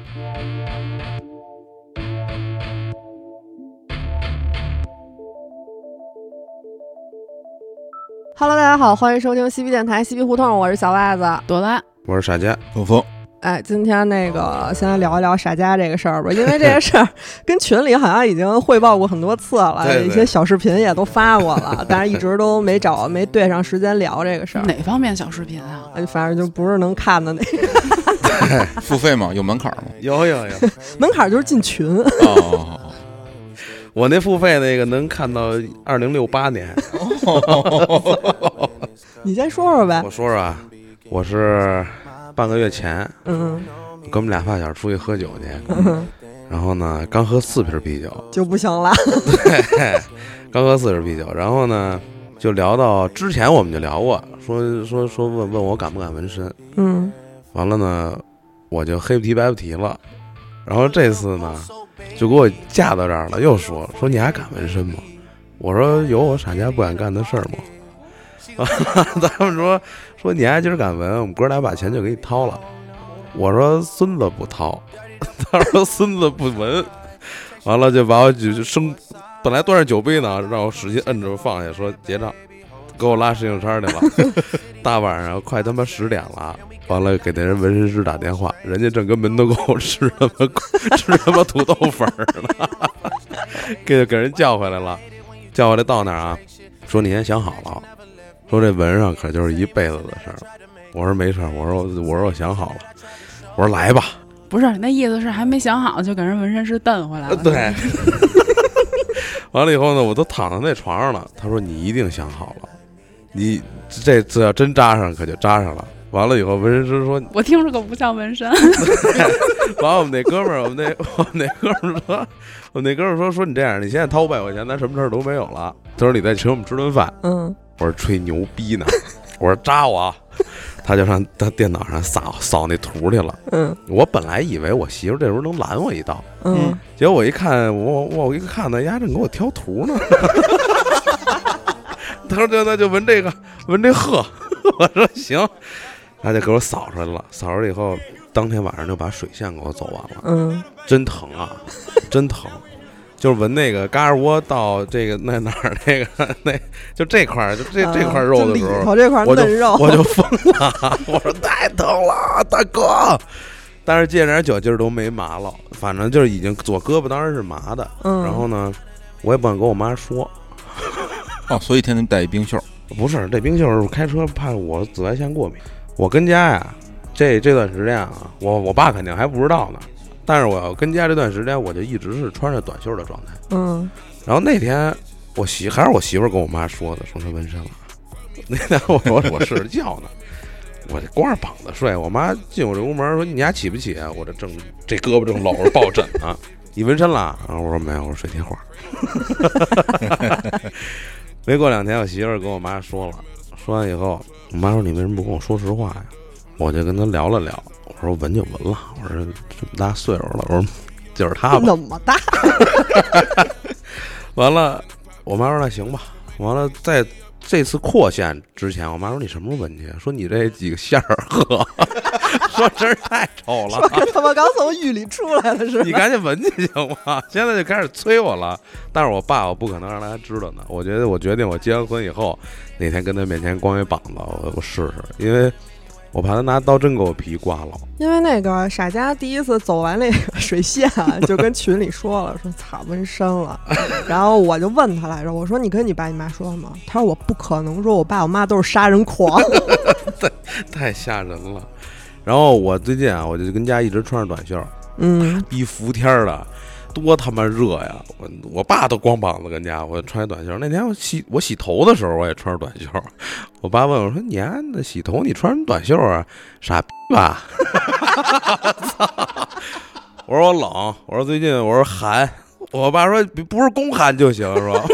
Hello， 大家好，欢迎收听西皮电台西皮胡同，我是小袜子朵拉， 我是傻家风风。 哎，今天先来聊一聊傻家这个事儿吧，因为这个事儿跟群里好像已经汇报过很多次了， 对对， 一些小视频也都发过了，但是一直都没对上时间聊这个事儿。 哪方面小视频啊？ 反正就不是能看的那个。 对，付费吗？有门槛吗？ 有， 门槛就是进群。 哦， 我那付费那个能看到2068年。 你先说说呗。 我说说啊，我是半个月前，跟我们俩发小出去喝酒去，然后呢，刚喝4瓶啤酒就不行了。 对，刚喝4瓶啤酒，然后呢，就聊到之前我们就聊过，说问我敢不敢纹身，完了呢，我就黑不提白不提了，然后这次呢，就给我架到这儿了，又说你还敢纹身吗？我说有我傻家不敢干的事儿吗？他们说你还今儿敢纹，我们哥俩把钱就给你掏了。我说孙子不掏，他说孙子不纹，完了就把我本来端着酒杯呢，让我使劲摁着放下，说结账，给我拉石景山去了。大晚上快他妈10点了，完了给那人纹身师打电话，人家正跟门头沟吃他妈土豆粉呢，给人叫回来了，叫回来到那儿啊，说你先想好了。说这纹上可就是一辈子的事儿。我说没事，我说我想好了，我说来吧。 不是，那意思是还没想好就给人纹身师蹬回来了。 对。完了以后呢，我都躺在那床上了。他说你一定想好了，你这次要真扎上可就扎上了。完了以后，纹身师说：“ 我听着可不像纹身。” 完了，我们那哥们儿说你这样，你现在掏500块钱，咱什么事儿都没有了。他说你再请我们吃顿饭。我说吹牛逼呢，我说扎我，他就上他电脑上扫那图去了。我本来以为我媳妇这时候能拦我一道，结果我一看，我一看呢，丫正给我挑图呢。他说那就纹这鹤，我说行，他就给我扫出来了。扫出来以后，当天晚上就把水线给我走完了。真疼啊，真疼。就是纹那个嘎吱窝到这个那哪儿那就这块就这块肉的时候， 里头这块嫩肉我就疯了，我说太疼了，大哥！但是借点酒劲儿都没麻了，反正就是已经左胳膊当然是麻的。然后呢，我也不敢跟我妈说。 所以天天带一冰袖。 不是，这冰袖是开车怕我紫外线过敏。我跟家呀，这段时间啊，我爸肯定还不知道呢。但是我要跟家这段时间，我就一直是穿着短袖的状态。然后那天还是我媳妇跟我妈说的，说她纹身了。那天我睡着觉呢，我光着膀子睡。我妈进我这屋门说：“你家起不起啊？”我这胳膊正搂着抱枕呢。你纹身了？然后我说没有，我说水贴画。没过2天，我媳妇跟我妈说了，说完以后，我妈说：“你为什么不跟我说实话呀？”我就跟她聊了聊。我说纹就纹了，我说这么大岁数了，我说就是他吧， 那么大。 完了，我妈说那行吧。完了，在这次扩线之前，我妈说你什么时候纹去？说你这几个线儿呵，说真是太丑了， 说他妈刚从狱里出来的是吧？ 你赶紧纹去行吗？现在就开始催我了。但是我爸我不可能让他知道呢。我决定我结完婚以后，那天跟他面前光一膀子，我试试，因为我怕他拿刀真给我皮刮了。因为那个傻家第一次走完那个水线，就跟群里说了，说操纹身了。然后我就问他来着，我说你跟你爸你妈说了吗？他说我不可能说我爸我妈都是杀人狂。 太吓人了。然后我最近啊，我就跟家一直穿着短袖，逼伏天的，多他妈热呀！我爸都光膀子跟家，我穿短袖。那天我洗头的时候，我也穿着短袖。我爸问我说：“你那洗头你穿什么短袖啊？傻逼吧？”我说我冷，我说最近我说寒。我爸说不是宫寒就行，是吧？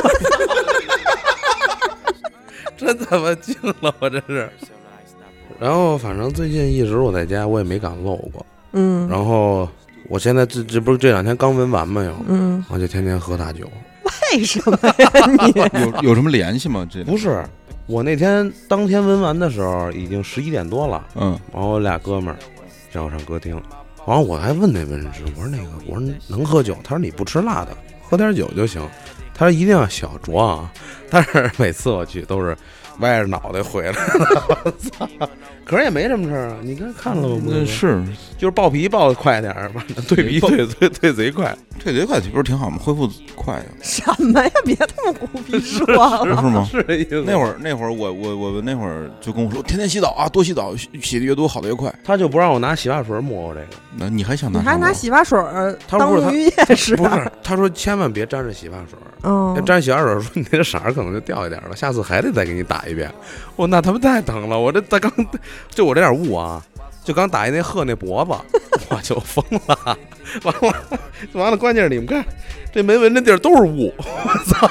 真他妈惊了，我真是。然后反正最近一直我在家，我也没敢露过。然后我现在这不是这2天刚纹完吗？我就天天喝大酒。 为什么呀？ 你有什么联系吗？这不是，我那天当天纹完的时候已经11点多了。然后我俩哥们儿叫我上歌厅， 完了我还问那纹身师，我说能喝酒？他说你不吃辣的，喝点酒就行。他说一定要小酌啊，但是每次我去都是歪着脑袋回来了，可是也没什么事儿啊。你看了吗？ 是， 就是爆皮爆的快点儿，对皮对贼快， 退贼快不是挺好吗？恢复快呀。 什么呀？别这么胡逼说了， 是吗？ 是这意思。 那会儿我那会儿就跟我说，天天洗澡啊，多洗澡，洗的越多好的越快。 他就不让我拿洗发水抹这个。 那你还想你还拿洗发水当沐浴液是？ 不是，他说千万别沾着洗发水。沾洗发水说你这色儿可能就掉一点了，下次还得再给你打一遍。我那他妈太疼了，我这刚就我这点雾啊，就刚打一那鹤那脖子，我就疯了。完了，关键是你们看这没纹这地儿都是雾，我操！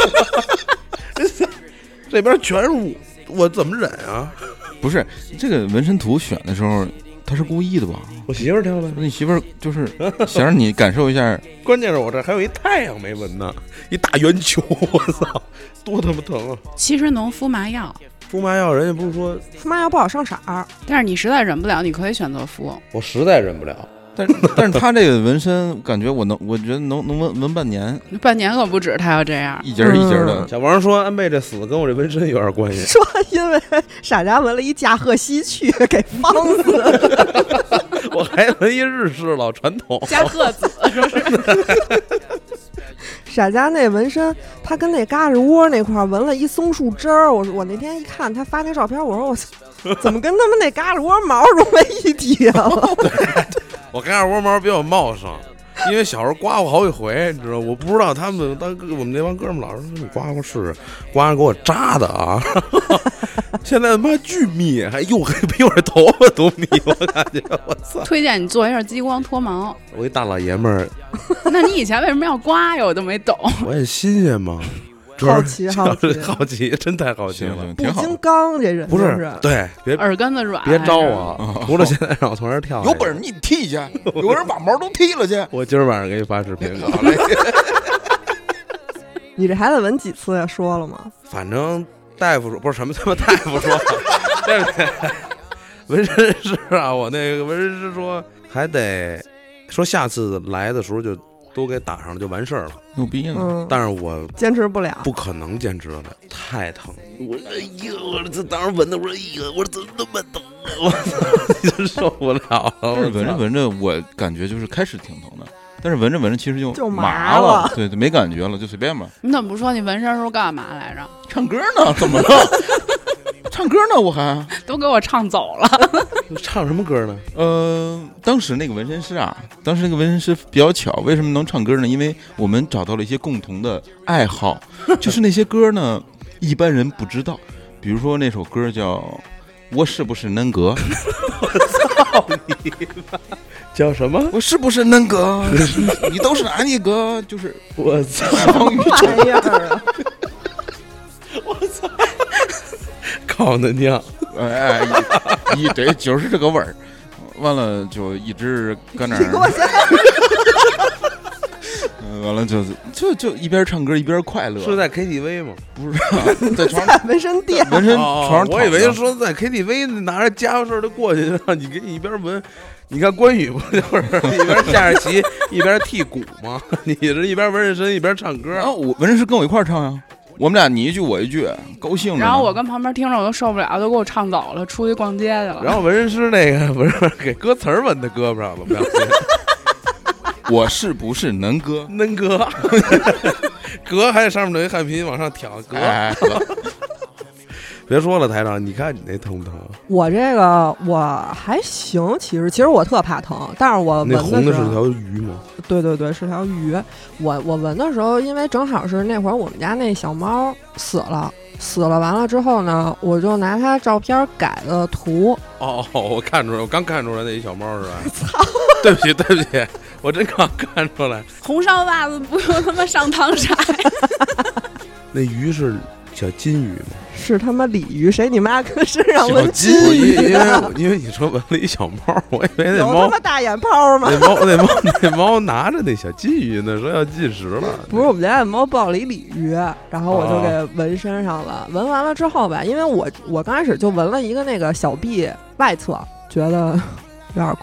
这边全是雾，我怎么忍啊？ 不是这个纹身图选的时候。他是故意的吧？ 我媳妇儿挑的。 你媳妇儿就是想让你感受一下。 关键是我这还有一太阳没纹呢，一大圆球，我操，多他妈疼啊！ 其实能敷麻药， 敷麻药人家不是说敷麻药不好上色儿， 但是你实在忍不了，你可以选择敷。 我实在忍不了。 但是他这个纹身，感觉我觉得能纹半年， 半年可不止，他要这样一节一节的。 小王说安倍这死跟我这纹身有点关系， 说因为傻家纹了一驾鹤西去给放死了， 我还纹一日式老传统加鹤子，是不是？ 傻家那纹身，他跟那嘎吱窝那块纹了一松树枝儿。我那天一看他发那照片，我说我怎么跟他们那嘎吱窝毛融为一体了？ 我嘎吱窝毛比较茂盛，因为小时候刮过好几回，你知道，我不知道他们我们那帮哥们老是说你刮过试试，刮给我扎的啊！现在他妈巨密，还又黑比我这头发都密，我感觉我操！ 推荐你做一下激光脱毛。 我一大老爷们儿， 那你以前为什么要刮呀？我都没懂。 我也新鲜嘛。 好奇， 真太好奇了。 不金刚这人不是对，别耳根子软， 别招我。除了现在让我从这儿跳， 有本事你剃去，有人把毛都剃了去。 我今儿晚上给你发视频。 你这还得纹几次呀？说了吗？ 反正大夫说不是什么他妈大夫说，对不对？纹身师啊，我那个纹身师说还得说下次来的时候就都给打上了就完事儿了。 有病啊！ 但是我坚持不了， 不可能坚持了，太疼。我哎呀，我这当时纹的，我说哎呀，我说怎么那么疼啊？我操，就受不了了。 但是纹着纹着，我感觉就是开始挺疼的，但是纹着纹着其实就麻了，对，没感觉了，就随便吧。 你怎么不说你纹身时候干嘛来着？ 唱歌呢？怎么了？唱歌呢？我还都给我唱走了。 唱什么歌呢？ 当时那个纹身师比较巧，为什么能唱歌呢？因为我们找到了一些共同的爱好，就是那些歌呢，一般人不知道。比如说那首歌叫《我是不是能歌》， 我操你妈！叫什么？ 我是不是能歌？你都是哪一个？就是我操， 什么玩意儿啊！ 我操！靠的娘！ 哎，对，就是这个味儿。完了就一直搁那儿。完了就一边唱歌一边快乐。 是在 KTV 吗？ 不是，在纹身店。 纹身床上。 我以为说在 KTV 拿着家伙事就过去，让你给你一边纹。你看关羽不就是一边下着棋一边剔鼓吗？你是一边纹着身一边唱歌。 我纹身师跟我一块唱呀。我们俩你一句我一句，高兴着。 然后我跟旁边听着我都受不了，都给我唱走了，出去逛街去了。 然后纹身师那个不是给歌词纹在胳膊上了，不要紧。 我是不是能歌？ 能歌，歌还得上面有一汉拼往上挑歌。别说了，台长，你看你那疼不疼？ 我这个我还行，其实我特怕疼，但是我纹的时候那红的是条鱼吗？ 对，是条鱼。我纹的时候，因为正好是那会儿我们家那小猫死了，完了之后呢，我就拿它照片改了图。 哦，我看出来，我刚看出来那一小猫是吧？操！对不起，我真刚看出来。 红烧袜子不用他妈上糖色。 那鱼是小金鱼吗？ 是他妈鲤鱼，谁你妈跟身上纹金鱼？因为你说纹了一小猫，我以为那猫有他妈大眼泡吗？ 那猫拿着那小金鱼呢，说要进食了。 不是，我们家的猫抱了一鲤鱼，然后我就给纹身上了。纹完了之后吧，因为我刚开始就纹了一个那个小臂外侧，觉得有点空。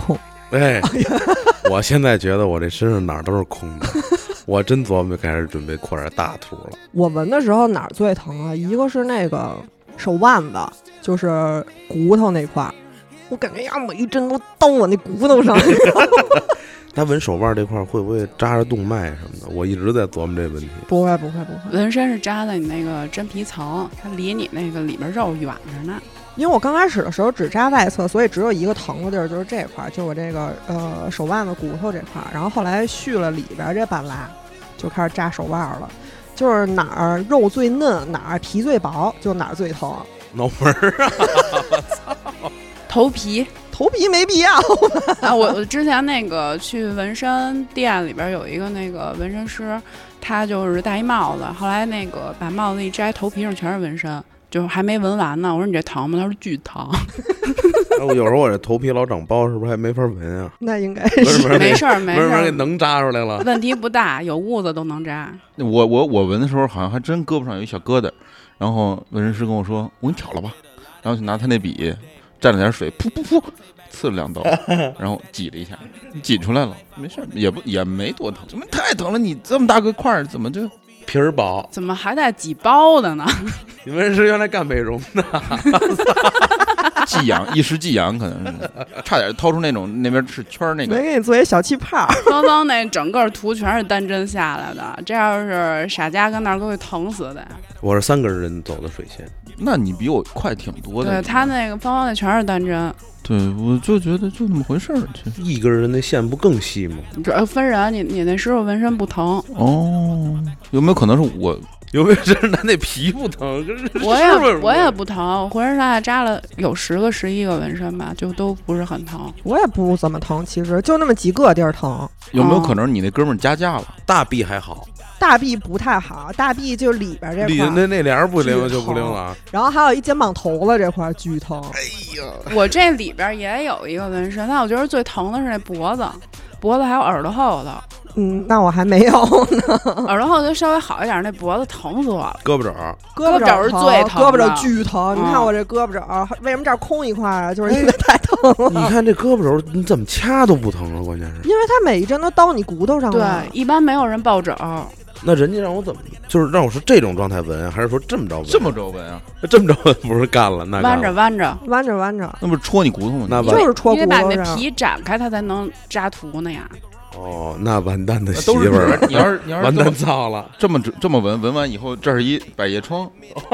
哎，我现在觉得我这身上哪儿都是空的，我真琢磨开始准备扩点大图了。 我闻的时候哪儿最疼啊？一个是那个手腕子，就是骨头那块儿，我感觉呀，每一针都到我那骨头上。 他纹手腕这块会不会扎着动脉什么的？我一直在琢磨这问题。 不会。 纹身是扎在你那个真皮层，它离你那个里边肉远着呢。 因为我刚开始的时候只扎外侧，所以只有一个疼的地儿，就是这块，就是我这个手腕子骨头这块。然后后来续了里边这半拉，就开始扎手腕了。就是哪儿肉最嫩，哪儿皮最薄，就哪儿最疼。 脑门儿啊！我操！ 头皮没必要啊！我之前那个去纹身店里边有一个那个纹身师，他就是戴一帽子，后来那个把帽子一摘，头皮上全是纹身。就是还没纹完呢，我说你这疼吗？他说巨疼。 有时候我这头皮老长包，是不是还没法纹啊？ 那应该是没事儿， 给能扎出来了， 问题不大，有痦子都能扎。 我纹的时候好像还真胳膊上有一小疙瘩，然后纹身师跟我说：“我给你挑了吧。”然后就拿他那笔蘸了点水，噗噗噗，刺了2刀，然后挤了一下，挤出来了，没事，也没多疼，怎么太疼了？你这么大个块儿，怎么就？ 皮儿薄， 怎么还带挤包的呢？ 你们是原来干美容的， 寄养一时寄养，可能是差点掏出那种那边是圈那个， 没给你做一小气泡。 刚刚那整个图全是单针下来的，这要是傻家跟那儿都会疼死的。 我是3根针走的水线， 那你比我快挺多的。 对他那个方那全是单针。 对，我就觉得就那么回事儿。 一根人那线不更细吗？ 主要分人，你那师傅纹身不疼哦？有没有可能是我？ 有没有是他那皮不疼？ 我也不疼，我浑身上下扎了有10个11个纹身吧，就都不是很疼。 我也不怎么疼，其实就那么几个地儿疼。 有没有可能你那哥们儿加价了？ 大臂还好。 大臂不太好，大臂就里边这块， 那帘不灵就不灵了。 然后还有一肩膀头子这块巨疼。 哎呀， 我这里边也有一个纹身，但我觉得最疼的是那脖子还有耳朵后头。 那我还没有呢。 耳朵后头稍微好一点，那脖子疼死我了。 胳膊肘是最疼， 胳膊肘巨疼。你看我这胳膊肘，为什么这儿空一块啊？就是因为太疼了。 你看这胳膊肘，你怎么掐都不疼啊？关键是因为它每一针都刀你骨头上了。 对，一般没有人抱肘。 那人家让我怎么，就是让我是这种状态纹，还是说这么着纹？ 这么着纹啊？ 这么着纹不是干了？那弯着， 那不是戳你骨头吗？ 那就是戳骨头上， 因为把你的皮展开，它才能扎图那样。 哦，那完蛋的媳妇儿， 你要是完蛋造了， 这么纹完以后，这是一百叶窗。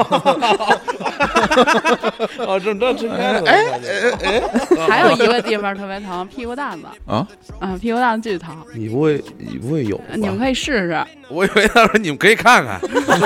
哦，这撑开了。 还有一个地方特别疼，屁股蛋子啊， 屁股蛋子巨疼。 你不会有？ 你们可以试试。 我以为他说你们可以看看。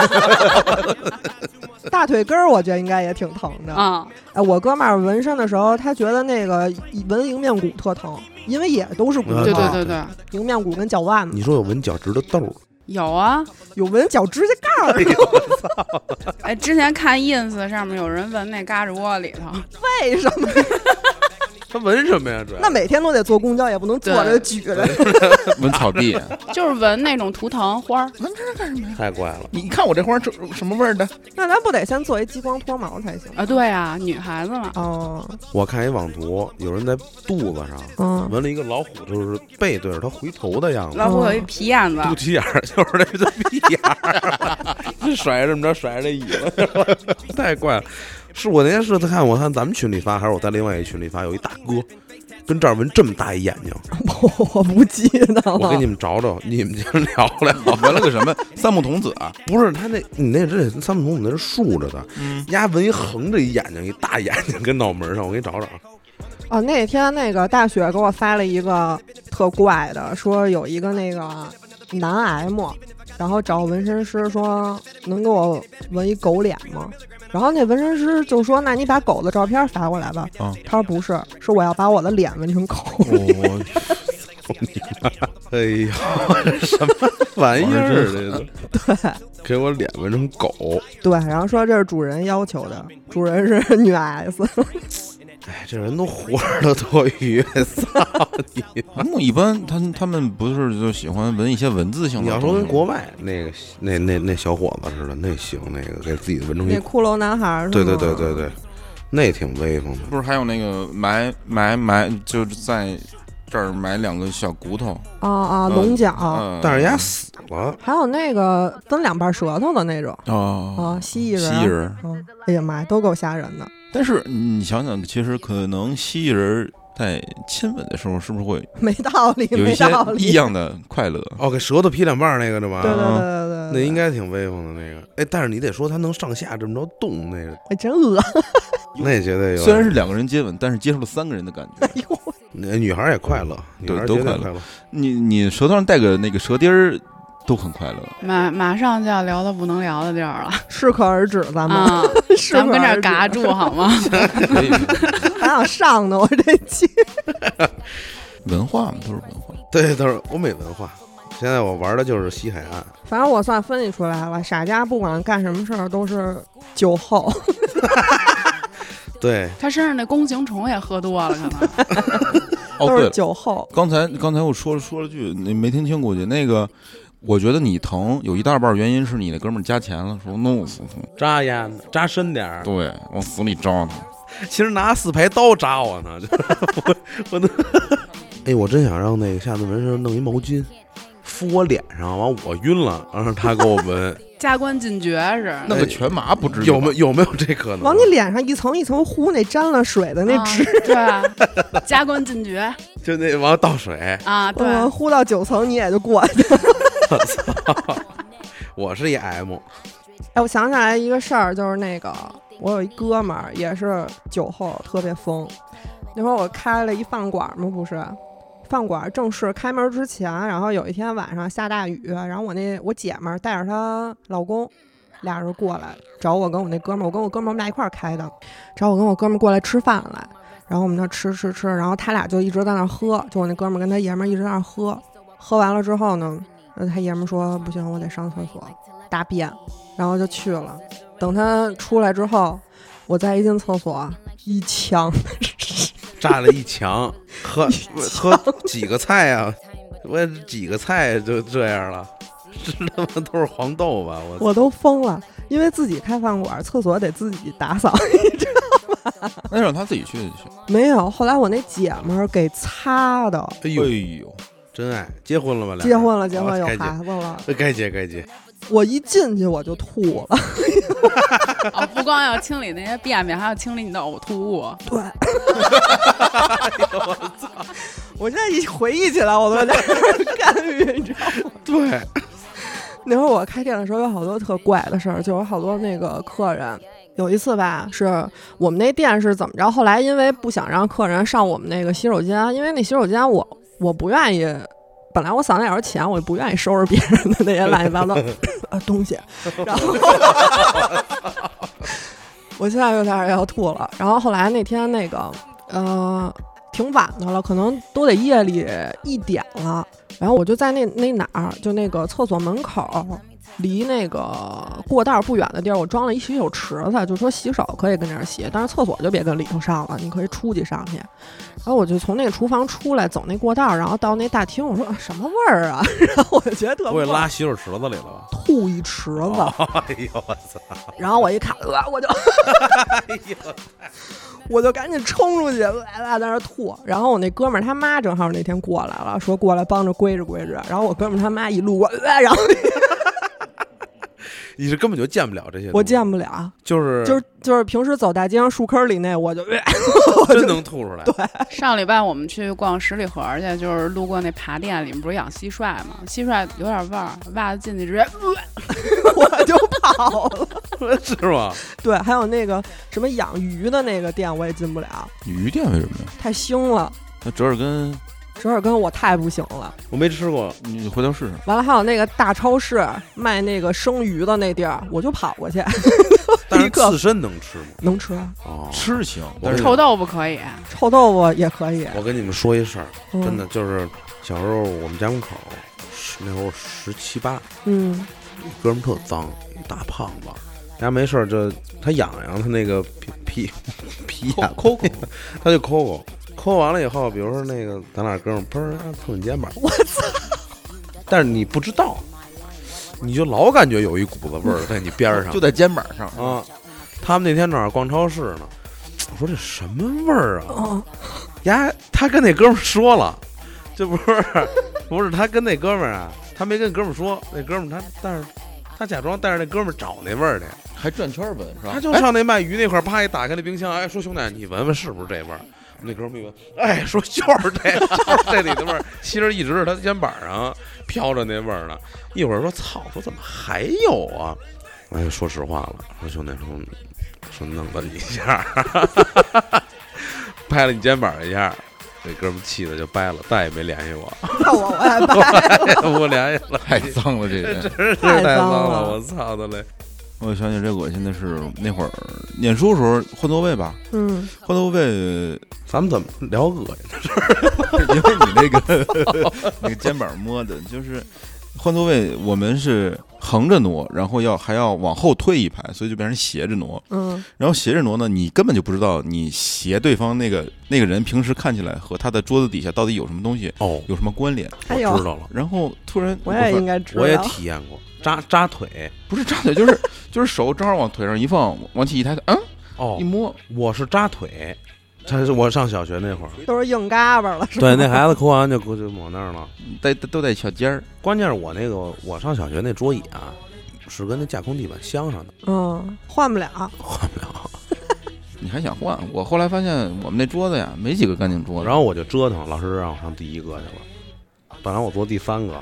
大腿根儿我觉得应该也挺疼的啊。 我哥们儿纹身的时候，他觉得那个纹迎面骨特疼，因为也都是骨头。 对， 迎面骨跟脚腕子。 你说有纹脚趾的痘？ 有啊， 有纹脚指甲盖儿。 哎，之前看 ins 上面有人纹那嘎吱窝里头， 为什么？ 他纹什么呀？这那每天都得坐公交，也不能坐着举着。 纹草地， 就是纹那种图腾花。 纹这干什么呀？ 太怪了！ 你看我这花什么味儿的？ 那咱不得先做一激光脱毛才行啊？对啊，女孩子嘛。 哦。 我看一网图，有人在肚子上纹了一个老虎，就是背对着他回头的样子。 老虎有一皮眼子， 肚脐眼就是那个皮眼儿，甩着这么着甩着这尾巴，太怪了。是我那天是我看咱们群里发，还是我在另外一群里发，有一大哥跟这儿纹这么大一眼睛， 我不记得了。 我给你们找找，你们先聊聊。 纹了个什么三木童子啊？ 不是他你那这三木童子那是竖着的，丫纹一横着一眼睛，一大眼睛跟脑门上，我给你找找。 哦，那天那个大雪给我发了一个特怪的，说有一个那个男 M， 然后找纹身师说能给我纹一狗脸吗？然后那纹身师就说：“那你把狗的照片发过来吧。”他说：“不是，是我要把我的脸纹成狗脸。” 哎呀，这什么玩意儿？这个对， 给我脸纹成狗。 对，然后说这是主人要求的，主人是女 S。 哎，这人都活着多愉悦，操你！ 一般他们不是就喜欢纹一些文字性的？ 你要说跟国外那小伙子似的，那行，那个给自己纹成那骷髅男孩是吗？ 对，那挺威风的。 不是还有那个埋就是在这儿埋2个小骨头龙角， 但是人家死了。 还有那个分2瓣舌头的那种蜥蜴人，哎呀妈呀，都够吓人的。 但是你想想，其实可能蜥蜴人在亲吻的时候，是不是会没道理， 有一些异样的快乐？ 给舌头劈2半那个的吧？ 对， 那应该挺威风的那个。但是你得说他能上下这么着动，那个真恶。 那觉得有， 虽然是2个人接吻，但是接受了3个人的感觉。 哎呦， 女孩也快乐， 对，都快乐。 你舌头上带个那个舌钉儿，都很快乐。 马上就要聊到不能聊的地儿了， 适可而止，咱们咱们跟这儿嘎住好吗？ 还想上呢，我这期文化嘛，都是文化。 对，都是欧美文化。现在我玩的就是西海岸， 反正我算分析出来了，傻家不管干什么事儿都是酒后。 对， 他身上那弓形虫也喝多了，可能。 都是酒后。 刚才我说了句，你没听清估计那个。我觉得你疼有一大半原因是你那哥们儿加钱了，说弄死他， 扎烟扎深点儿， 对，往死里扎他。 其实拿4排刀扎我呢，我都。我真想让那个下次纹身弄一毛巾敷我脸上，完我晕了，让他给我纹。 加官进爵是那个全麻不至于， 有没有这可能？ 往你脸上一层一层糊那沾了水的那纸， 对，加官进爵， 就那往倒水啊，对， 糊到9层你也就过去了。 我是一 M。 我想起来一个事儿，就是那个我有一哥们儿也是酒后特别疯。那会儿我开了一饭馆嘛，不是饭馆正式开门之前，然后有一天晚上下大雨，然后我姐们儿带着她老公俩人过来找我跟我那哥们儿，我跟我哥们儿我们俩一块儿开的，找我跟我哥们儿过来吃饭来，然后我们那吃，然后他俩就一直在那喝，就我那哥们儿跟他爷们儿一直在那喝，喝完了之后呢，他爷们儿说不行，我得上厕所大便，然后就去了。等他出来之后，我再一进厕所，一枪炸了一墙，喝几个菜啊？我几个菜就这样了，是他妈都是黄豆吧？ 我都疯了，因为自己开饭馆，厕所得自己打扫，你知道吗？ 那让他自己去就行。 没有，后来我那姐们儿给擦的。 哎呦，真爱，结婚了吧？ 结婚了，有孩子了。 该结。 我一进去我就吐了。 不光要清理那些便便，还要清理你的呕吐物。 对。我操！我现在一回忆起来，我都在那干预，你知道吗？ 对。 那会儿我开店的时候有好多特怪的事儿，就有好多那个客人。有一次吧，是我们那店是怎么着？后来因为不想让客人上我们那个洗手间，因为那洗手间我不愿意。本来我嗓子眼儿浅，我也不愿意收拾别人的那些乱七八糟东西，然后我现在有点要吐了。然后后来那天那个挺晚的了，可能都得夜里1点了。然后我就在那哪儿，就那个厕所门口，离那个过道不远的地儿，我装了一洗手池子，就说洗手可以跟这儿洗，但是厕所就别跟里头上了，你可以出去上去。然后我就从那个厨房出来，走那过道，然后到那大厅，我说什么味儿啊？然后我就觉得特怪，我也拉洗手池子里了吧？ 吐一池子。 哎呦我操！ 然后我一看，我就， 哎呦， 我就赶紧冲出去，在那吐。然后我那哥们儿他妈正好那天过来了，说过来帮着归置。然后我哥们儿他妈一路过，然后你是根本就见不了这些东西， 我见不了， 就是平时走大街上树坑里那我就真能吐出来。 对， 上礼拜我们去逛十里河去，就是路过那爬店里面不是养蟋蟀吗？蟋蟀有点味儿，袜子进去直接我就跑了， 是吗？ 对，还有那个什么养鱼的那个店我也进不了。 鱼店为什么呀？ 太腥了。 那折耳根我太不行了， 我没吃过， 你回头试试。 完了还有那个大超市卖那个生鱼的那地儿，我就跑过去。 但是刺身能吃吗？ 能吃哦， 吃行， 但是臭豆腐可以， 臭豆腐也可以。 我跟你们说一事儿，真的就是小时候我们家门口那会儿17、18，哥们特脏，大胖子，家没事就他痒他那个皮眼抠，他就抠。抠完了以后，比如说那个咱俩哥们砰碰你肩膀， 我操！ 但是你不知道，你就老感觉有一股子味儿在你边上， 就在肩膀上啊。他们那天正好逛超市呢，我说这什么味儿啊？他跟那哥们说了， 这不是他跟那哥们儿啊，他没跟哥们儿说，那哥们儿但是他假装带着那哥们儿找那味儿去， 还转圈闻是吧？ 他就上那卖鱼那块儿，啪一打开那冰箱，哎，说兄弟你闻闻是不是这味儿？那哥们儿一闻，哎，说就是这里的味儿，其实一直是他肩膀上飘着那味儿呢。一会儿说操，说怎么还有啊？哎，说实话了，说兄弟说弄了你一下，拍了你肩膀一下。这哥们气的就掰了，再也没联系我。 那我也掰了， 不联系了， 太脏了，这人真是太脏了，我操的嘞！ 我想起这恶心的是那会儿念书时候换座位吧，换座位， 咱们怎么聊恶心的事儿？ 因为你那个肩膀摸的，就是换座位，我们是横着挪，然后还要往后退一排，所以就变成斜着挪。然后斜着挪呢，你根本就不知道你斜对方那个人平时看起来和他的桌子底下到底有什么东西有什么关联。 我知道了。 然后突然我也应该知道， 我也体验过扎腿， 不是扎腿，就是手正好往腿上一放，往起一抬，一摸， 我是扎腿。我上小学那会儿都是硬嘎巴了， 对，那孩子哭完就抹那儿了， 都带小尖儿。 关键是我上小学那桌椅啊，是跟那架空地板镶上的， 换不了。 你还想换？我后来发现我们那桌子呀，没几个干净桌子， 然后我就折腾，老师让我上第一个去了，本来我坐第3个。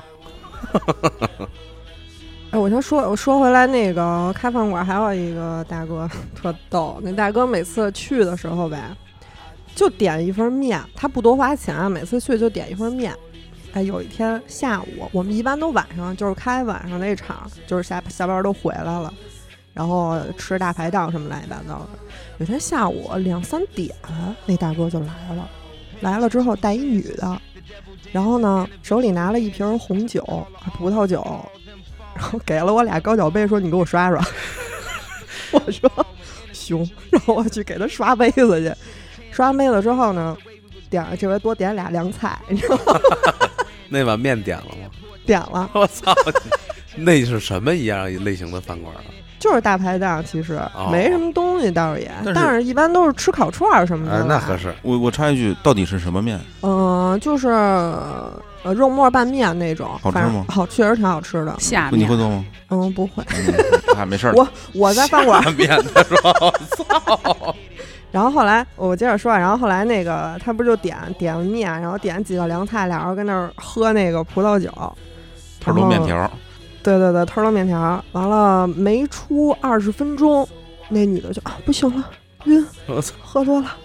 哎，我说回来，那个开饭馆还有一个大哥特逗，那大哥每次去的时候呗，就点一份面，他不多花钱啊，每次去就点一份面。哎，有一天下午，我们一般都晚上就是开晚上那场，就是下班都回来了，然后吃大排档什么乱七八糟的。有天下午2、3点，那大哥就来了之后带一女的，然后呢手里拿了一瓶红酒、葡萄酒，然后给了我俩高脚杯，说你给我刷刷。我说行，然后我去给他刷杯子去。刷完杯子之后呢，这回多点俩凉菜，你知道吗？ 那碗面点了吗？ 点了。 我操，那是什么一样类型的饭馆啊？ 就是大排档，其实没什么东西倒是也，但是一般都是吃烤串什么的。 那合适。 我插一句，到底是什么面？ 就是肉末拌面那种。 好吃吗？ 好，确实挺好吃的。 下面你会做吗？ 不会。 没事。 我在饭馆面的时候，操。 然后后来我接着说，然后后来那个他不就点面，然后点几个凉菜，俩人跟那儿喝那个葡萄酒， 头头面条。 对，头头面条。完了没出20分钟，那女的就不行了，晕，喝多了。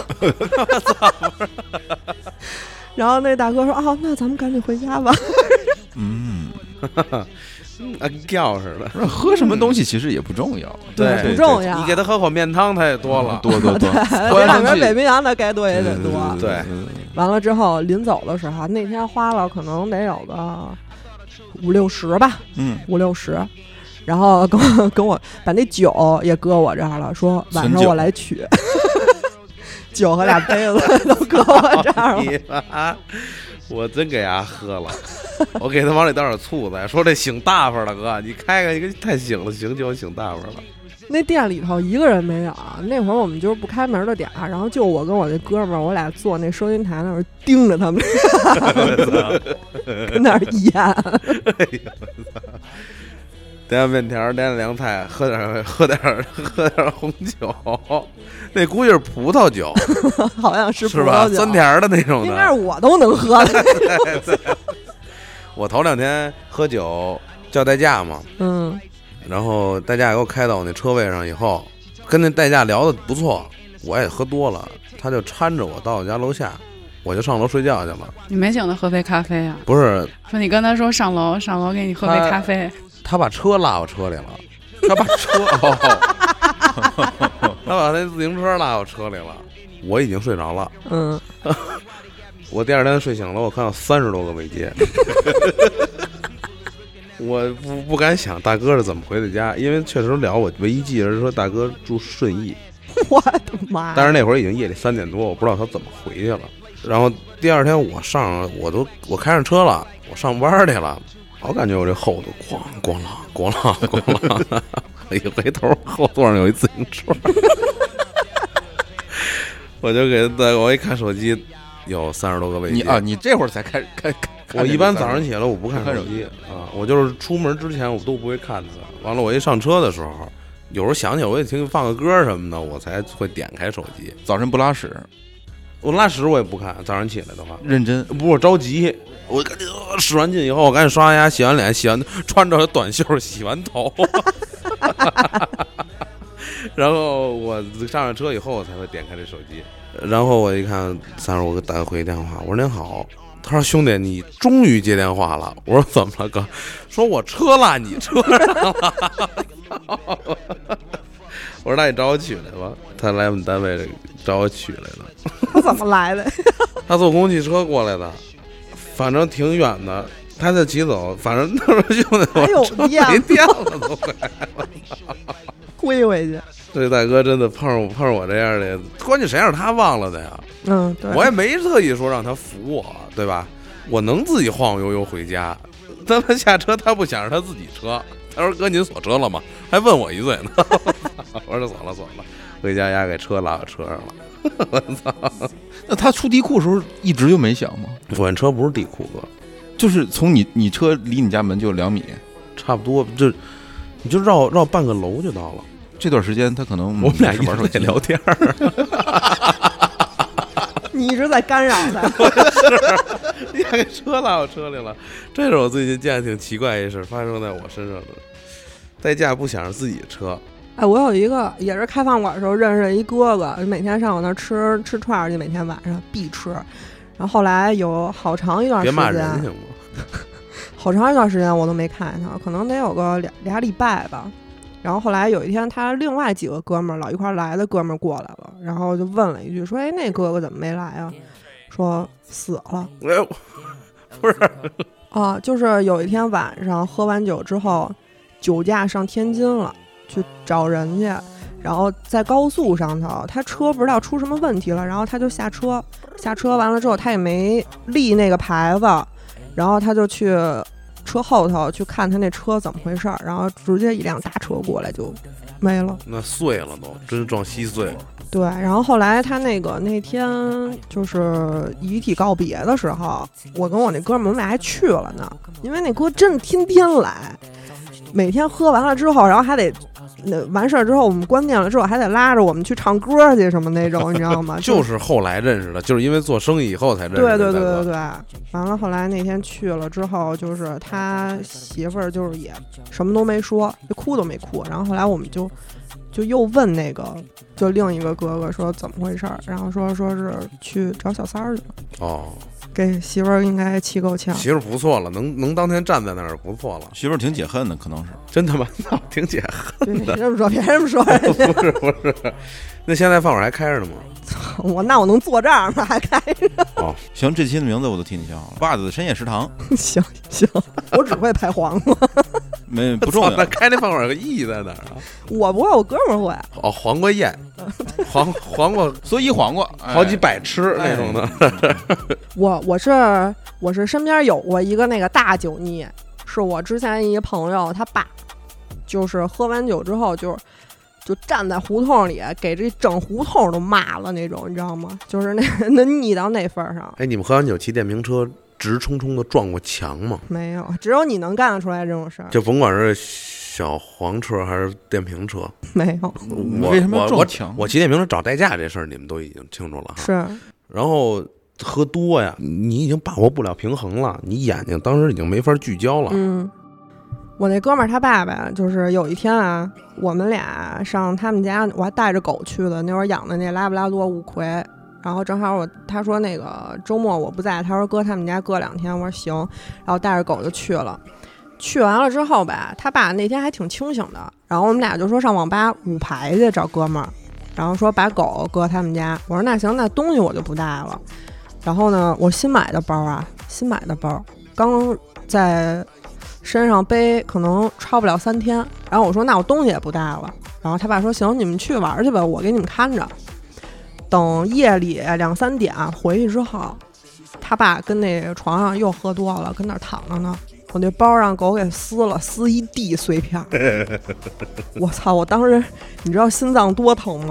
然后那大哥说那咱们赶紧回家吧。 吊似的， 喝什么东西其实也不重要， 对，不重要。 你给他喝口面汤，他也多了， 多。 对，2瓶北冰洋的该多也得多。 对， 完了之后临走的时候，那天花了可能得有个50-60吧，50-60。然后跟我把那酒也搁我这儿了，说晚上我来取。酒和俩杯子都搁我这儿了。 我真给他喝了，我给他往里倒点醋再说这醒大发了哥，你开开一个太醒了，醒酒醒大发了。 那店里头一个人没有，那会儿我们就是不开门的点儿，然后就我跟我那哥们儿，我俩坐那收银台那儿盯着他们，跟那儿演。 点面条，点凉菜，喝点红酒，那估计是葡萄酒， 好像是葡萄酒， 是吧？酸甜的那种的， 应该是我都能喝的。 对，我头2天喝酒叫代驾嘛，然后代驾给我开到我那车位上以后，跟那代驾聊的不错，我也喝多了，他就搀着我到我家楼下，我就上楼睡觉去了。 你没请他喝杯咖啡啊？ 不是， 说你跟他说上楼给你喝杯咖啡。 他把车拉我车里了，他把那自行车拉我车里了，我已经睡着了。我第2天睡醒了，我看到30多个未接。我不敢想大哥是怎么回的家，因为确实聊，我唯一记得是说大哥住顺义。 我的妈！ 但是那会儿已经夜里3点多，我不知道他怎么回去了。然后第2天我开上车了，我上班去了。我感觉我这后头咣啷，一回头后座上有一自行车，我就给我一看手机， 有30多个未接。 你这会儿才开我一般早上起来我不看手机啊，我就是出门之前我都不会看它。完了，我一上车的时候，有时候想起来我也听放个歌什么的，我才会点开手机。 早晨不拉屎， 我拉屎我也不看。早上起来的话， 认真不是我着急，我赶紧使完劲以后，我赶紧刷牙、洗完脸、穿着短袖、洗完头。然后我上了车以后，我才会点开这手机。然后我一看，30我给打回电话，我说您好。他说兄弟，你终于接电话了。我说怎么了哥？说我车落你车上了。我说那你找我取来吧。他来我们单位找我取来的。 他怎么来的？ 他坐公共汽车过来的，反正挺远的。他再骑走，反正他说兄弟，我车没电了都快。 归回去。 这大哥真的碰上我这样的，关键谁让他忘了的呀？ 对， 我也没特意说让他扶我，对吧？我能自己晃晃悠悠回家。他们下车，他不想是他自己车。他说：“哥，您锁车了吗？”还问我一嘴呢。我说：“锁了。”回家丫给车拉到车上了。我操！ 那他出地库的时候一直就没响吗？ 我车不是地库哥， 就是从你车离你家门就2米， 差不多，就你就绕半个楼就到了。 这段时间他可能我们俩一直在聊天。 你一直在干扰他。 你还给车拉我车里了，这是我最近见的挺奇怪一事，发生在我身上的。代驾不想是自己的车。 我有一个也是开饭馆的时候认识一哥哥，每天上我那吃串去，每天晚上必吃。然后后来有好长一段时间， 别骂人行吗？ 好长一段时间我都没看见他，可能得有个俩礼拜吧。然后后来有一天，他另外几个哥们儿老一块来的哥们儿过来了，然后就问了一句，说：“哎，那哥哥怎么没来啊？”说死了。 不是啊，就是有一天晚上喝完酒之后，酒驾上天津了，去找人去，然后在高速上头，他车不知道出什么问题了，然后他就下车完了之后，他也没立那个牌子，然后他就去车后头去看他那车怎么回事，然后直接一辆大车过来就没了， 那碎了都，真撞稀碎了。 对，然后后来他那天就是遗体告别的时候，我跟我那哥们儿我们俩还去了呢，因为那哥真的天天来，每天喝完了之后，然后还得完事儿之后我们关店了之后还得拉着我们去唱歌去什么那种，你知道吗？ 就是后来认识的，就是因为做生意以后才认识的。 对，完了后来那天去了之后，就是他媳妇儿就是也什么都没说，就哭都没哭，然后后来我们就又问那个就另一个哥哥说怎么回事，然后说是去找小三儿去了。哦，给媳妇儿应该气够呛。 媳妇儿不错了，能当天站在那儿不错了。 媳妇儿挺解恨的，可能是真的吗？那挺解恨的。 别这么说，别这么说。 不是，那现在饭馆还开着呢吗？ 我能坐这儿吗？还开着？ 哦， 行，这期的名字我都替你想好了，袜子的深夜食堂。 行，我只会拍黄瓜。 不重要。 那开那饭馆有个意义在哪儿啊？ 我不会，我哥们儿会。 哦，黄瓜宴，黄瓜， 所以黄瓜好几百吃那种的。 我是身边有过一个那个大酒腻，是我之前一朋友他爸，就是喝完酒之后就站在胡同里给这整胡同都骂了那种，你知道吗？就是那腻到那份上。 哎，你们喝完酒骑电瓶车直冲冲的撞过墙吗？ 没有，只有你能干得出来这种事儿。 就甭管是小黄车还是电瓶车， 没有。 为什么要撞墙？ 我骑电瓶车找代驾这事儿，你们都已经清楚了哈。 是。 然后喝多呀，你已经把握不了平衡了，你眼睛当时已经没法聚焦了。 我那哥们儿他爸爸就是有一天啊，我们俩上他们家，我还带着狗去的，那会儿养的那拉布拉多乌奎，然后正好他说那个周末我不在，他说搁他们家搁2天，我说行，然后带着狗就去了。去完了之后吧，他爸那天还挺清醒的，然后我们俩就说上网吧5排去找哥们儿，然后说把狗搁他们家，我说那行，那东西我就不带了。然后呢，我新买的包，刚在身上背可能超不了3天，然后我说那我东西也不带了，然后他爸说行，你们去玩去吧，我给你们看着。等夜里2、3点回去之后，他爸跟那个床上又喝多了，跟那儿躺着呢，我那包让狗给撕一地碎片。我操，我当时你知道心脏多疼吗？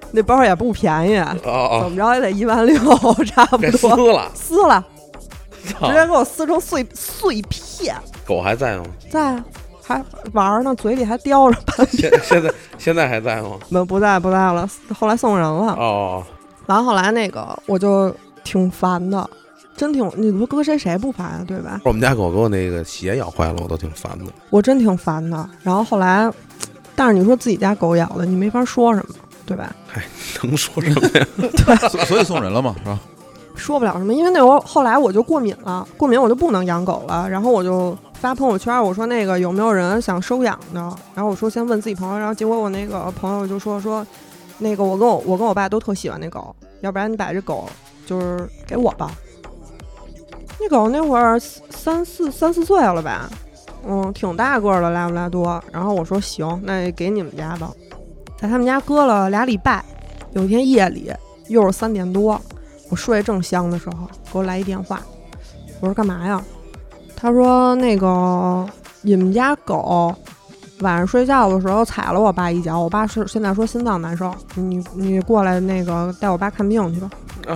那包也不便宜，怎么着也得16000，差不多。撕了，直接给我撕成碎片。 狗还在吗？ 在啊，还玩呢，嘴里还叼着半片。 现在还在吗？ 不在了，后来送人了。 哦， 完后来那个我就挺烦的。真挺，你说搁谁不烦啊，对吧？ 我们家狗给我那个鞋咬坏了，我都挺烦的。 我真挺烦的。然后后来，但是你说自己家狗咬的，你没法说什么，对吧？ 哎，能说什么呀？ 对， 所以送人了嘛，是吧？ 说不了什么，因为那会儿后来我就过敏了，过敏我就不能养狗了。然后我就发朋友圈，我说那个有没有人想收养的？然后我说先问自己朋友，然后结果我那个朋友就说那个我跟我爸都特喜欢那狗，要不然你把这狗就是给我吧。那狗那会儿三四岁了吧，挺大个的，拉布拉多。然后我说行，那给你们家吧，在他们家搁了2礼拜。有一天夜里又是3点多，我睡正香的时候，给我来一电话，我说干嘛呀？他说那个你们家狗晚上睡觉的时候踩了我爸一脚，我爸现在说心脏难受，你过来那个带我爸看病去吧。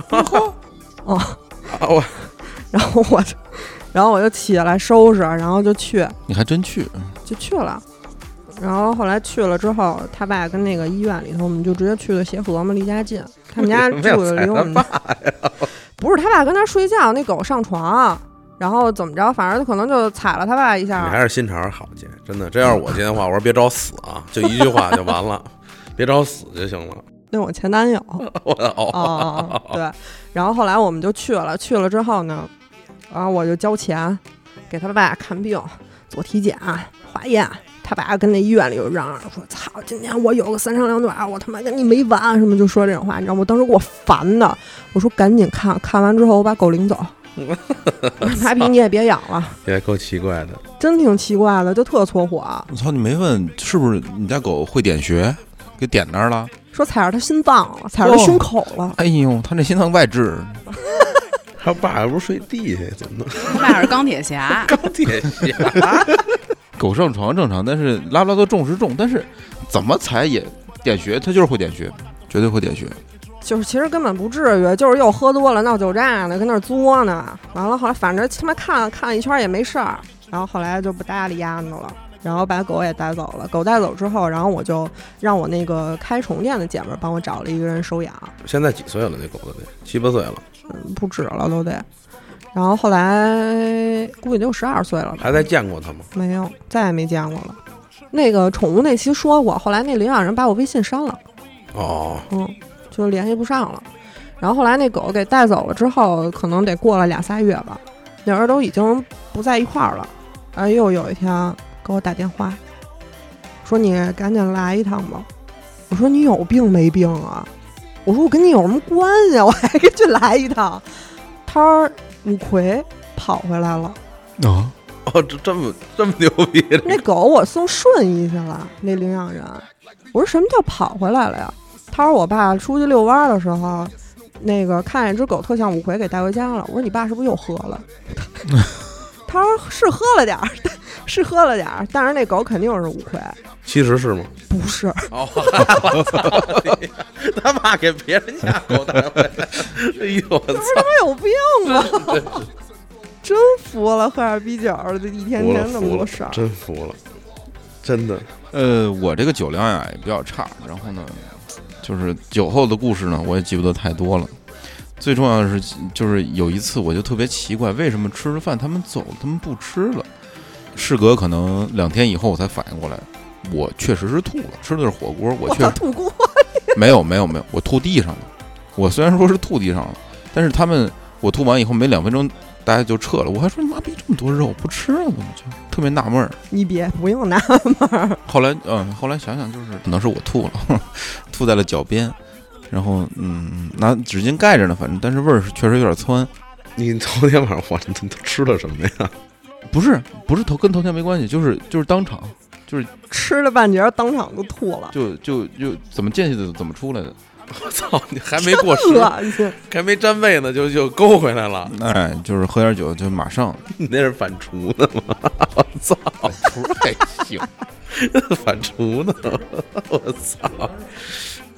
然后我就起来收拾，然后就去。 你还真去？ 就去了。然后后来去了之后，他爸跟那个医院里头，我们就直接去了协和嘛，离家近。他们家住的离我们不是他爸跟他睡觉，那狗上床，然后怎么着，反正可能就踩了他爸一下。 你还是心肠好些，真的。这要是我接电话，我说别找死啊，就一句话就完了，别找死就行了。 那我前男友。对。然后后来我们就去了之后呢，然后我就交钱给他爸看病、做体检、化验。他爸跟那医院里就嚷嚷说：“操，今天我有个3长2短，我他妈跟你没完！”什么就说这种话，你知道吗？我当时给我烦的，我说赶紧看完之后我把狗领走，麻痹你也别养了。 也够奇怪的， 真挺奇怪的，就特搓火。 我操，你没问是不是你家狗会点穴，给点那儿了？ 说踩着他心脏了，踩着他胸口了。 哎呦，他那心脏外置。 他爸不是睡地下，怎么弄？ 他爸是钢铁侠。 钢铁侠。 狗上床正常，但是拉布拉多重是重，但是怎么踩也点穴，它就是会点穴，绝对会点穴。 就是其实根本不至于，就是又喝多了闹酒炸呢，跟那儿作呢。完了后来反正他妈看了一圈也没事儿，然后后来就不搭理丫头了，然后把狗也带走了。狗带走之后，然后我就让我那个开宠物店的姐们帮我找了一个人收养。 现在几岁了？那狗都得7、8岁了， 不止了都得。然后后来估计得有12岁了吧。 还在见过他吗？ 没有，再也没见过了。那个宠物那期说过，后来那领养人把我微信删了。就联系不上了。然后后来那狗给带走了之后，可能得过了2、3月吧，两人都已经不在一块儿了。然后又有一天给我打电话，说你赶紧来一趟吧。我说你有病没病啊？我说我跟你有什么关系啊？我还去来一趟。他说五魁跑回来了。 这么牛逼！ 那狗我送顺义去了，那领养人。我说什么叫跑回来了呀？他说我爸出去遛弯的时候，那个看见一只狗特像五魁，给带回家了。我说你爸是不是又喝了？他说是喝了点儿，是喝了点儿，但是那狗肯定是五魁。 其实是吗？ 不是。 我操！他爸给别人家狗带回来，哎呦我操！ 他说他妈有病啊！真服了，喝点啤酒的一天天那么多事儿， 真服了，真的。 我这个酒量呀也比较差，然后呢，就是酒后的故事呢，我也记不得太多了。最重要的是，就是有一次我就特别奇怪，为什么吃了饭他们走了，他们不吃了？事隔可能2天以后，我才反应过来，我确实是吐了，吃的是火锅，我确实吐锅。 没有，我吐地上了。我虽然说是吐地上了，但是他们我吐完以后没2分钟。大家就撤了，我还说你妈逼这么多肉不吃了，怎么就特别纳闷儿？ 你别不用纳闷儿。 后来想想，就是可能是我吐了，吐在了脚边，然后拿纸巾盖着呢，反正但是味儿确实有点窜。 你头天晚上我都吃了什么呀？ 不是跟头天没关系，就是当场，就是吃了半截当场就吐了， 就怎么进去的怎么出来的。 我操！你还没过时，还没沾位呢，就勾回来了。 哎，就是喝点酒就马上。 你那是反刍的吗？我操！ 反刍还行， 反刍呢？我操！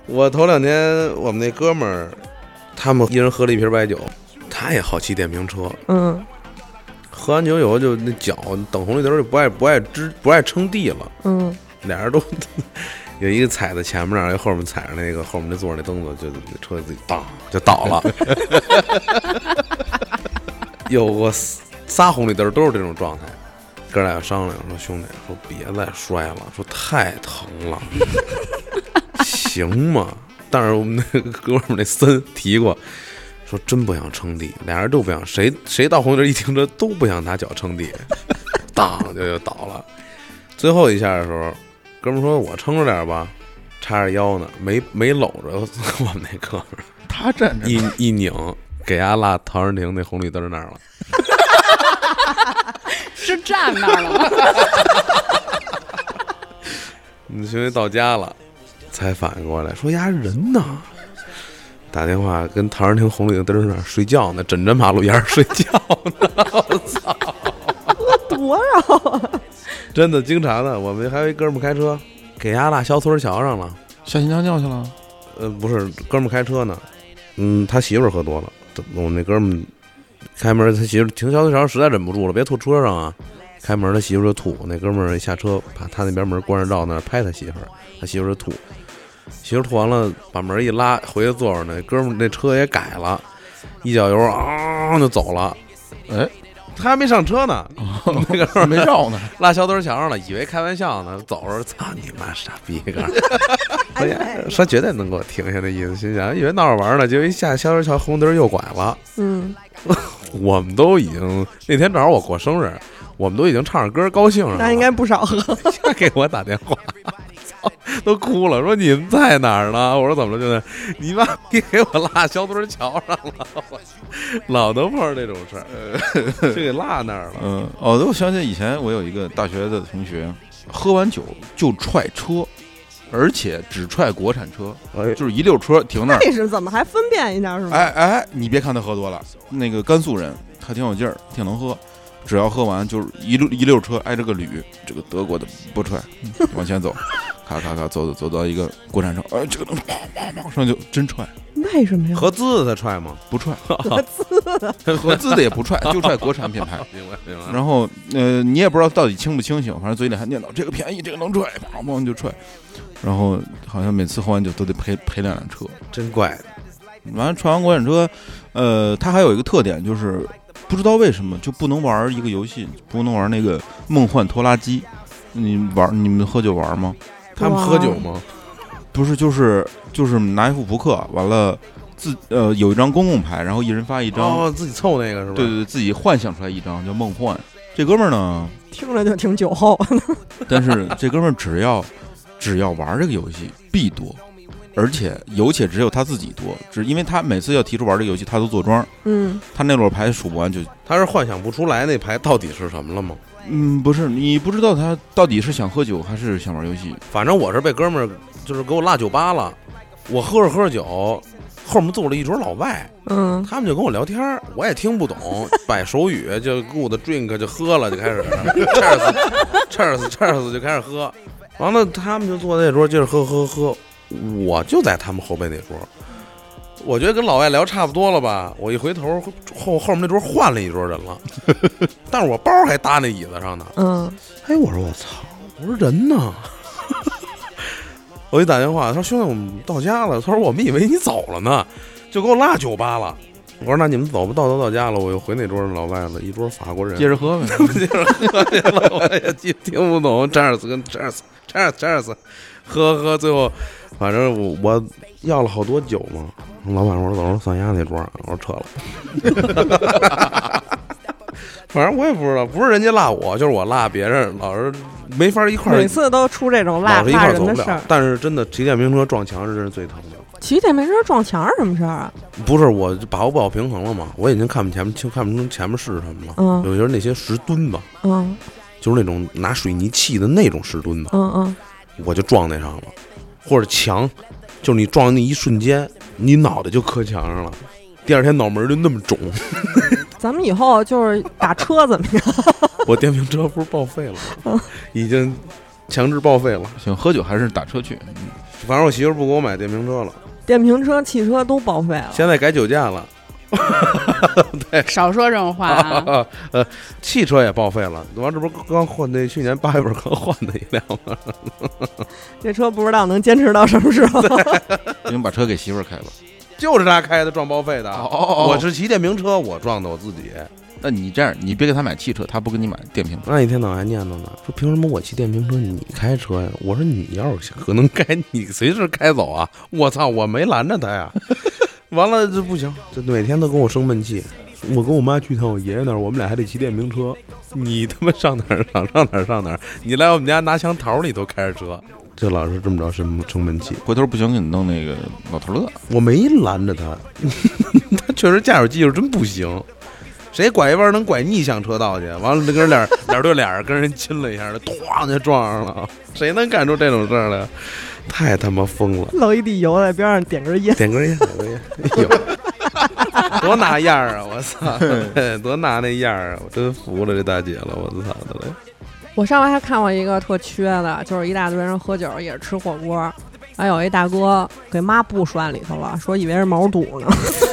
我头2天我们那哥们儿，他们一人喝了1瓶白酒，他也好骑电瓶车。喝完酒以后就那脚等红绿灯就不爱撑地了。俩人都有一个踩在前面，然后后面踩着那个后面那座那蹬子，就车自己当就倒了。有过仨红绿灯都是这种状态，哥俩商量说兄弟，说别再摔了，说太疼了，行吗？但是我们那个哥们儿那森提过，说真不想撑地，俩人都不想，谁到红绿灯一停车都不想拿脚撑地，当就倒了。最后一下的时候，哥们儿说我撑着点吧，叉着腰呢，没搂着我们那哥们儿， 他站着一拧，给伢拉陶然亭那红绿灯那儿了。 是站那儿了吗？ 你兄弟到家了，才反应过来，说呀人呢？打电话跟陶然亭红绿灯那儿睡觉呢，枕着马路沿儿睡觉呢。我操， 喝多少啊？ 真的经常的。我们还有一哥们儿开车给伢拉小村桥上了， 下新娘尿去了。 不是，哥们儿开车呢，他媳妇儿喝多了，我们那哥们儿开门，他媳妇停小村桥实在忍不住了，别吐车上啊！开门，他媳妇就吐。那哥们儿一下车，把他那边门关着，到那儿拍他媳妇儿，他媳妇就吐。媳妇吐完了，把门一拉，回去坐着呢。哥们儿那车也改了，一脚油就走了。哎，他还没上车呢，那个时候没绕呢， 拉小墩桥上了，以为开玩笑呢。走着，操你妈傻逼！说绝对能给我停下的意思，心想以为闹着玩呢，结果一下小墩桥红灯右拐了。我们都已经那天正好我过生日，我们都已经唱着歌高兴了。 那应该不少喝。 给我打电话，操，都哭了，说你们在哪儿呢？我说怎么了，兄弟？你妈逼给我拉小墩桥上了，老能碰上这种事儿，就给拉那儿了。 我想起以前我有一个大学的同学，喝完酒就踹车。而且只踹国产车，就是一溜车停那儿。 那是怎么还分辨一下是吗？ 你别看他喝多了，那个甘肃人他挺有劲儿，挺能喝，只要喝完就是一溜车挨着个旅，这个德国的不踹，往前走，咔咔咔走到一个国产车，这个能马上就真踹。 为什么呀？ 合资的踹吗？ 不踹， 合资的也不踹，就踹国产品牌。 明白。 然后你也不知道到底清不清醒，反正嘴里还念叨这个便宜，这个能踹，砰就踹。然后好像每次喝完酒都得赔2辆车， 真怪。 完了踹完国产车，它还有一个特点，就是不知道为什么就不能玩一个游戏，不能玩那个梦幻拖拉机。你们喝酒玩吗？ 他们喝酒吗？ 不是，就是拿一副扑克，完了有一张公共牌，然后一人发一张， 自己凑那个是吧？ 对，自己幻想出来一张叫梦幻。这哥们儿呢， 听着就挺酒后， 但是这哥们儿只要玩这个游戏必多，而且只有他自己多，只因为他每次要提出玩这个游戏，他都坐庄。他那摞牌数不完就， 他是幻想不出来那牌到底是什么了吗？ 不是，你不知道他到底是想喝酒还是想玩游戏。 反正我是被哥们儿就是给我拉酒吧了，我喝着酒，后面坐了一桌老外，他们就跟我聊天，我也听不懂，摆手语就 good drink 就喝了，就开始 cheers 就开始喝，完了他们就坐那桌接着喝，我就在他们后背那桌，我觉得跟老外聊差不多了吧，我一回头后面那桌换了一桌人了，但是我包还搭那椅子上呢。我说我操，我说人呢？我一打电话，他说兄弟我们到家了，他说我们以为你走了呢，就给我拉酒吧了。我说那你们走吧，到家了，我又回那桌老外了，一桌法国人， 接着喝呗， 接着喝去了，我也听不懂 cheers 跟 cheers 喝，最后反正我要了好多酒嘛，老板说走算鸭那桌，我说撤了。反正我也不知道，不是人家拉我，就是我拉别人，老是没法一块儿。 每次都出这种拉人的事儿。 但是真的骑电瓶车撞墙是真是最疼的。 骑电瓶车撞墙是什么事儿啊？ 不是，我把握不好平衡了嘛，我已经看不清前面是什么了。有就是那些石墩子，就是那种拿水泥砌的那种石墩子，我就撞那上了，或者墙，就是你撞的那一瞬间，你脑袋就磕墙上了，第二天脑门就那么肿。 咱们以后就是打车怎么样？ 我电瓶车不是报废了吗？已经强制报废了。 行，喝酒还是打车去。 反正我媳妇不给我买电瓶车了， 电瓶车、汽车都报废了， 现在改酒驾了。 对，少说这种话啊。 汽车也报废了，完这不刚换的，去年8月份刚换的一辆吗？ 这车不知道能坚持到什么时候。 你们把车给媳妇儿开吧。 就是他开的，撞报废的。我是骑电瓶车，我撞的我自己。 那你这样，你别给他买汽车，他不给你买电瓶车。 那一天早上还念叨呢，说凭什么我骑电瓶车你开车呀？我说你要是可能开，你随时开走啊！我操，我没拦着他呀。完了这不行，这每天都跟我生闷气。我跟我妈去趟我爷爷那儿，我们俩还得骑电瓶车。你他妈上哪儿上哪儿？你来我们家拿枪桃你都开着车。这老是这么着生闷气， 回头不行给你弄那个老头乐。 我没拦着他，他确实驾驶技术真不行。谁拐一弯能拐逆向车道去？完了跟人脸对脸跟人亲了一下，咣就撞上了。谁能干出这种事儿来？太他妈疯了！ 漏一地油在边上点根烟， 哎呦，多拿样啊！我操，多拿那样啊！我真服了这大姐了！我操的嘞！ 我上回还看过一个特缺的，就是一大堆人喝酒也是吃火锅，还有一大哥给抹布拴里头了，说以为是毛肚呢。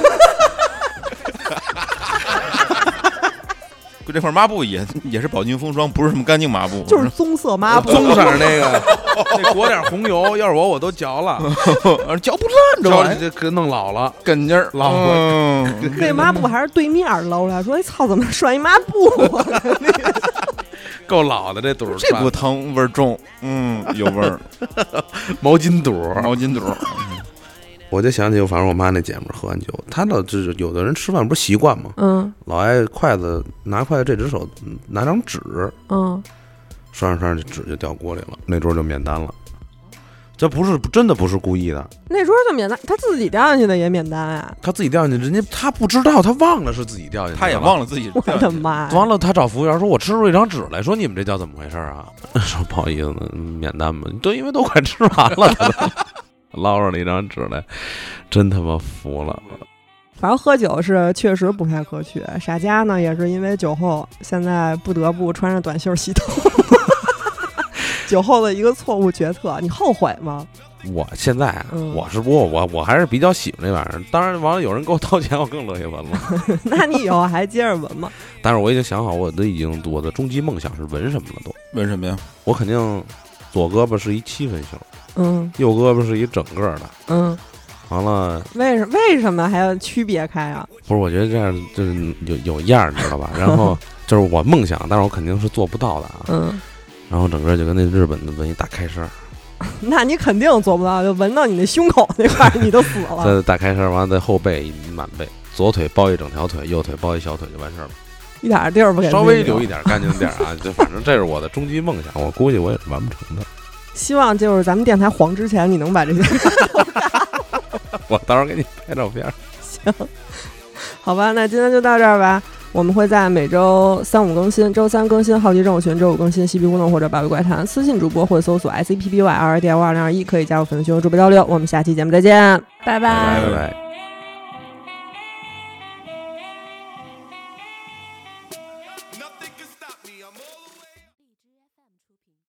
这块抹布也是宝净风霜，不是什么干净抹布， 就是棕色抹布， 棕色那个，那裹点红油，要是我都嚼了， 嚼不烂， 这给弄老了， 跟劲儿老了。 这抹布还是对面搂来，说：“操，怎么拴一抹布啊？” 够老的这肚， 这股汤味儿重，有味儿。 毛巾肚。我就想起，反正我妈那姐们喝完酒，她倒就是有的人吃饭不是习惯吗？老爱拿筷子这只手拿张纸，刷这纸就掉锅里了，那桌就免单了。这真的不是故意的， 那桌就免单，他自己掉进去的也免单啊。 他自己掉进去，人家他不知道，他忘了是自己掉进去， 他也忘了自己。 我的妈！ 完了，他找服务员说：“我吃出一张纸来，说你们这叫怎么回事啊？”说不好意思，免单吧，都因为都快吃完了。捞上了一张纸来，真他妈服了。 反正喝酒是确实不太可取，傻家呢也是因为酒后，现在不得不穿着短袖洗头。酒后的一个错误决策，你后悔吗？ 我现在我还是比较喜欢这玩意儿。当然，完了有人给我掏钱，我更乐意闻了。 那你以后还接着闻吗？ 但是我已经想好，我的终极梦想是闻什么了都。 闻什么呀？ 我肯定左胳膊是一7分袖。右胳膊是一整个的，完了， 为什么还要区别开啊？ 不是，我觉得这样就是有样，你知道吧？然后就是我梦想，但是我肯定是做不到的啊。然后整个就跟那日本的闻一大开声， 那你肯定做不到，就闻到你那胸口那块，你都死了。 再大开声，完了在后背满背，左腿包一整条腿，右腿包一小腿就完事儿了。 一点地儿不给， 稍微留一点干净点啊！就反正这是我的终极梦想，我估计我也是完不成的。 希望就是咱们电台黄之前，你能把这些我到时候给你拍照片。 行，好吧，那今天就到这儿吧。我们会在每周3、5更新，周3更新好奇症候群，周5更新嬉皮互动或者百味怪谈。私信主播或搜索 ICPBY22DM221，可以加入粉丝群和主播交流。我们下期节目再见， 拜拜。